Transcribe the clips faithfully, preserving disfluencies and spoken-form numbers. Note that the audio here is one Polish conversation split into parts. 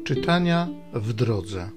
Czytania w drodze.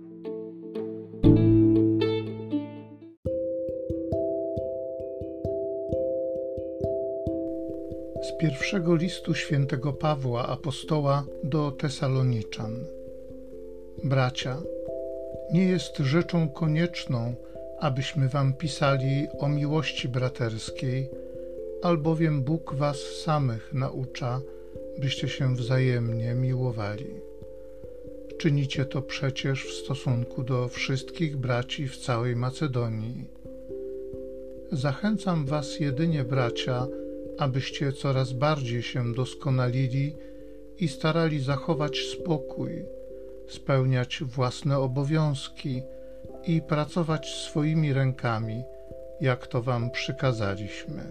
Z pierwszego listu świętego Pawła apostoła do Tesaloniczan. Bracia, nie jest rzeczą konieczną, abyśmy wam pisali o miłości braterskiej, albowiem Bóg was samych naucza, byście się wzajemnie miłowali. Czynicie to przecież w stosunku do wszystkich braci w całej Macedonii. Zachęcam was jedynie, bracia, abyście coraz bardziej się doskonalili i starali zachować spokój, spełniać własne obowiązki i pracować swoimi rękami, jak to wam przykazaliśmy.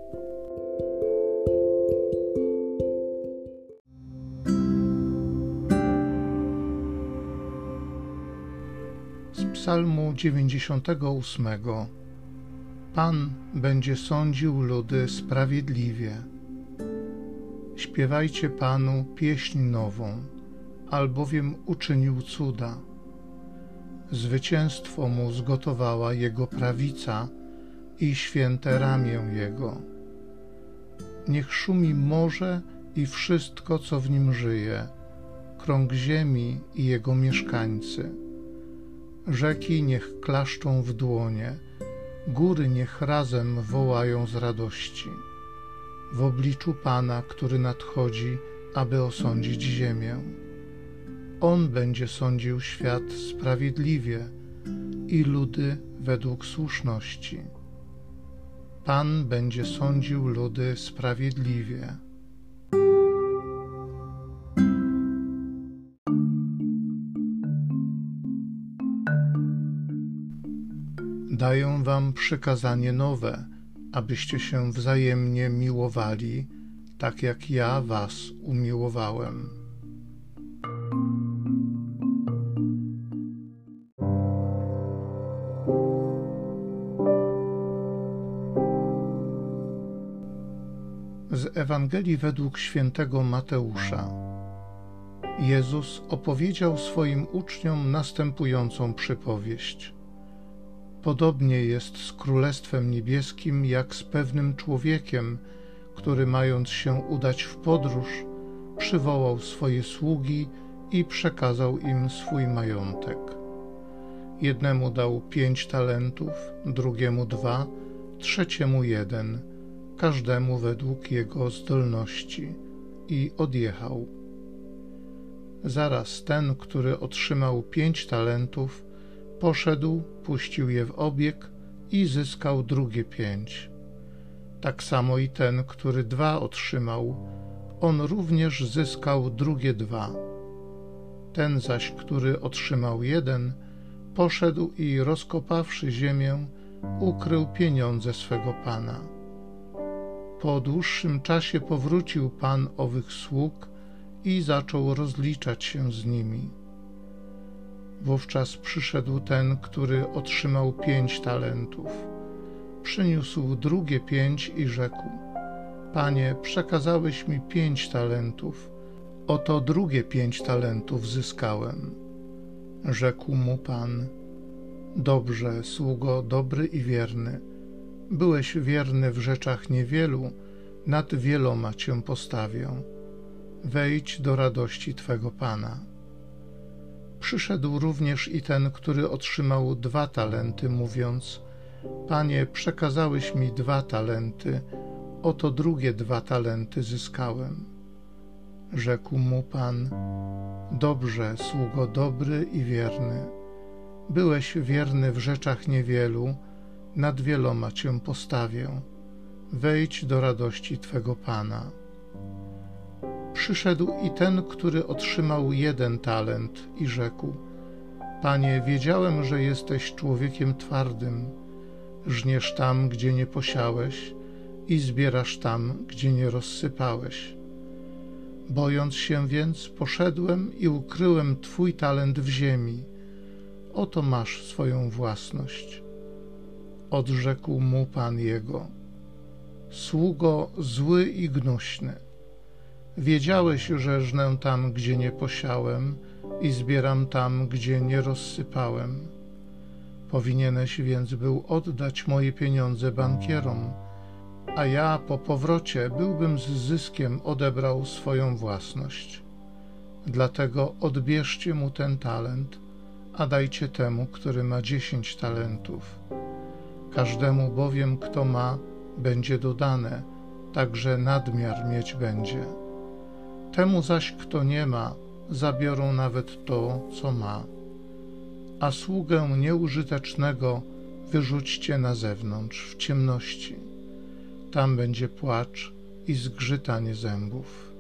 Z Psalmu dziewięćdziesiątego ósmego. Pan będzie sądził ludy sprawiedliwie. Śpiewajcie Panu pieśń nową, albowiem uczynił cuda. Zwycięstwo mu zgotowała Jego prawica i święte ramię Jego. Niech szumi morze i wszystko, co w nim żyje, krąg ziemi i jego mieszkańcy. Rzeki niech klaszczą w dłonie, góry niech razem wołają z radości. W obliczu Pana, który nadchodzi, aby osądzić ziemię. On będzie sądził świat sprawiedliwie i ludy według słuszności. Pan będzie sądził ludy sprawiedliwie. Daję wam przykazanie nowe, abyście się wzajemnie miłowali, tak jak ja was umiłowałem. Z Ewangelii według świętego Mateusza. Jezus opowiedział swoim uczniom następującą przypowieść. Podobnie jest z Królestwem Niebieskim jak z pewnym człowiekiem, który mając się udać w podróż, przywołał swoje sługi i przekazał im swój majątek. Jednemu dał pięć talentów, drugiemu dwa, trzeciemu jeden, każdemu według jego zdolności, i odjechał. Zaraz ten, który otrzymał pięć talentów, poszedł, puścił je w obieg i zyskał drugie pięć. Tak samo i ten, który dwa otrzymał, on również zyskał drugie dwa. Ten zaś, który otrzymał jeden, poszedł i rozkopawszy ziemię, ukrył pieniądze swego pana. Po dłuższym czasie powrócił pan owych sług i zaczął rozliczać się z nimi. Wówczas przyszedł ten, który otrzymał pięć talentów. Przyniósł drugie pięć i rzekł: Panie, przekazałeś mi pięć talentów, oto drugie pięć talentów zyskałem. Rzekł mu Pan: Dobrze, sługo dobry i wierny. Byłeś wierny w rzeczach niewielu, nad wieloma cię postawię. Wejdź do radości twego Pana. Przyszedł również i ten, który otrzymał dwa talenty, mówiąc: Panie, przekazałeś mi dwa talenty, oto drugie dwa talenty zyskałem. Rzekł mu Pan: Dobrze, sługo dobry i wierny. Byłeś wierny w rzeczach niewielu, nad wieloma cię postawię. Wejdź do radości twego Pana. Przyszedł i ten, który otrzymał jeden talent, i rzekł: Panie, wiedziałem, że jesteś człowiekiem twardym, żniesz tam, gdzie nie posiałeś, i zbierasz tam, gdzie nie rozsypałeś. Bojąc się więc, poszedłem i ukryłem twój talent w ziemi. Oto masz swoją własność. Odrzekł mu Pan jego: Sługo zły i gnuśny. Wiedziałeś, że żnę tam, gdzie nie posiałem, i zbieram tam, gdzie nie rozsypałem. Powinieneś więc był oddać moje pieniądze bankierom, a ja po powrocie byłbym z zyskiem odebrał swoją własność. Dlatego odbierzcie mu ten talent, a dajcie temu, który ma dziesięć talentów. Każdemu bowiem, kto ma, będzie dodane, także nadmiar mieć będzie. Temu zaś, kto nie ma, zabiorą nawet to, co ma. A sługę nieużytecznego wyrzućcie na zewnątrz, w ciemności. Tam będzie płacz i zgrzytanie zębów.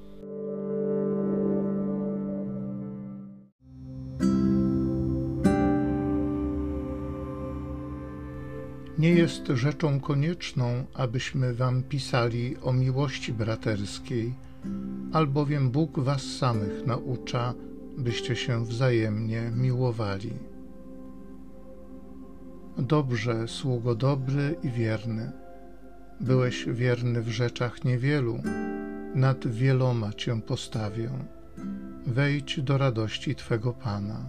Nie jest rzeczą konieczną, abyśmy wam pisali o miłości braterskiej, albowiem Bóg was samych naucza, byście się wzajemnie miłowali. Dobrze, sługo dobry i wierny. Byłeś wierny w rzeczach niewielu, nad wieloma cię postawię. Wejdź do radości Twego Pana.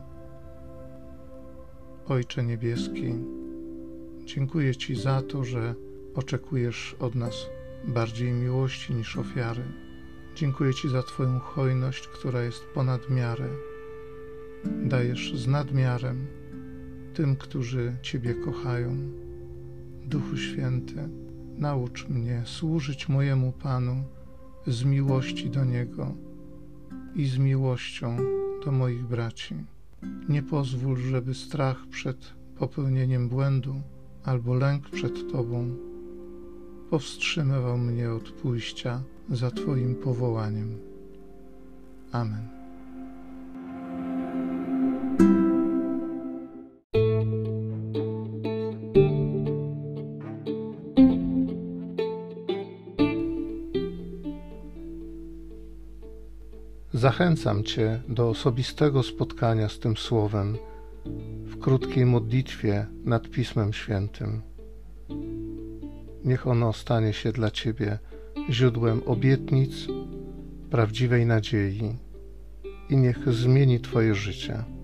Ojcze Niebieski, dziękuję Ci za to, że oczekujesz od nas bardziej miłości niż ofiary. Dziękuję Ci za Twoją hojność, która jest ponad miarę. Dajesz z nadmiarem tym, którzy Ciebie kochają. Duchu Święty, naucz mnie służyć mojemu Panu z miłości do Niego i z miłością do moich braci. Nie pozwól, żeby strach przed popełnieniem błędu albo lęk przed Tobą powstrzymywał mnie od pójścia za Twoim powołaniem. Amen. Zachęcam Cię do osobistego spotkania z tym Słowem w krótkiej modlitwie nad Pismem Świętym. Niech ono stanie się dla Ciebie źródłem obietnic, prawdziwej nadziei i niech zmieni Twoje życie.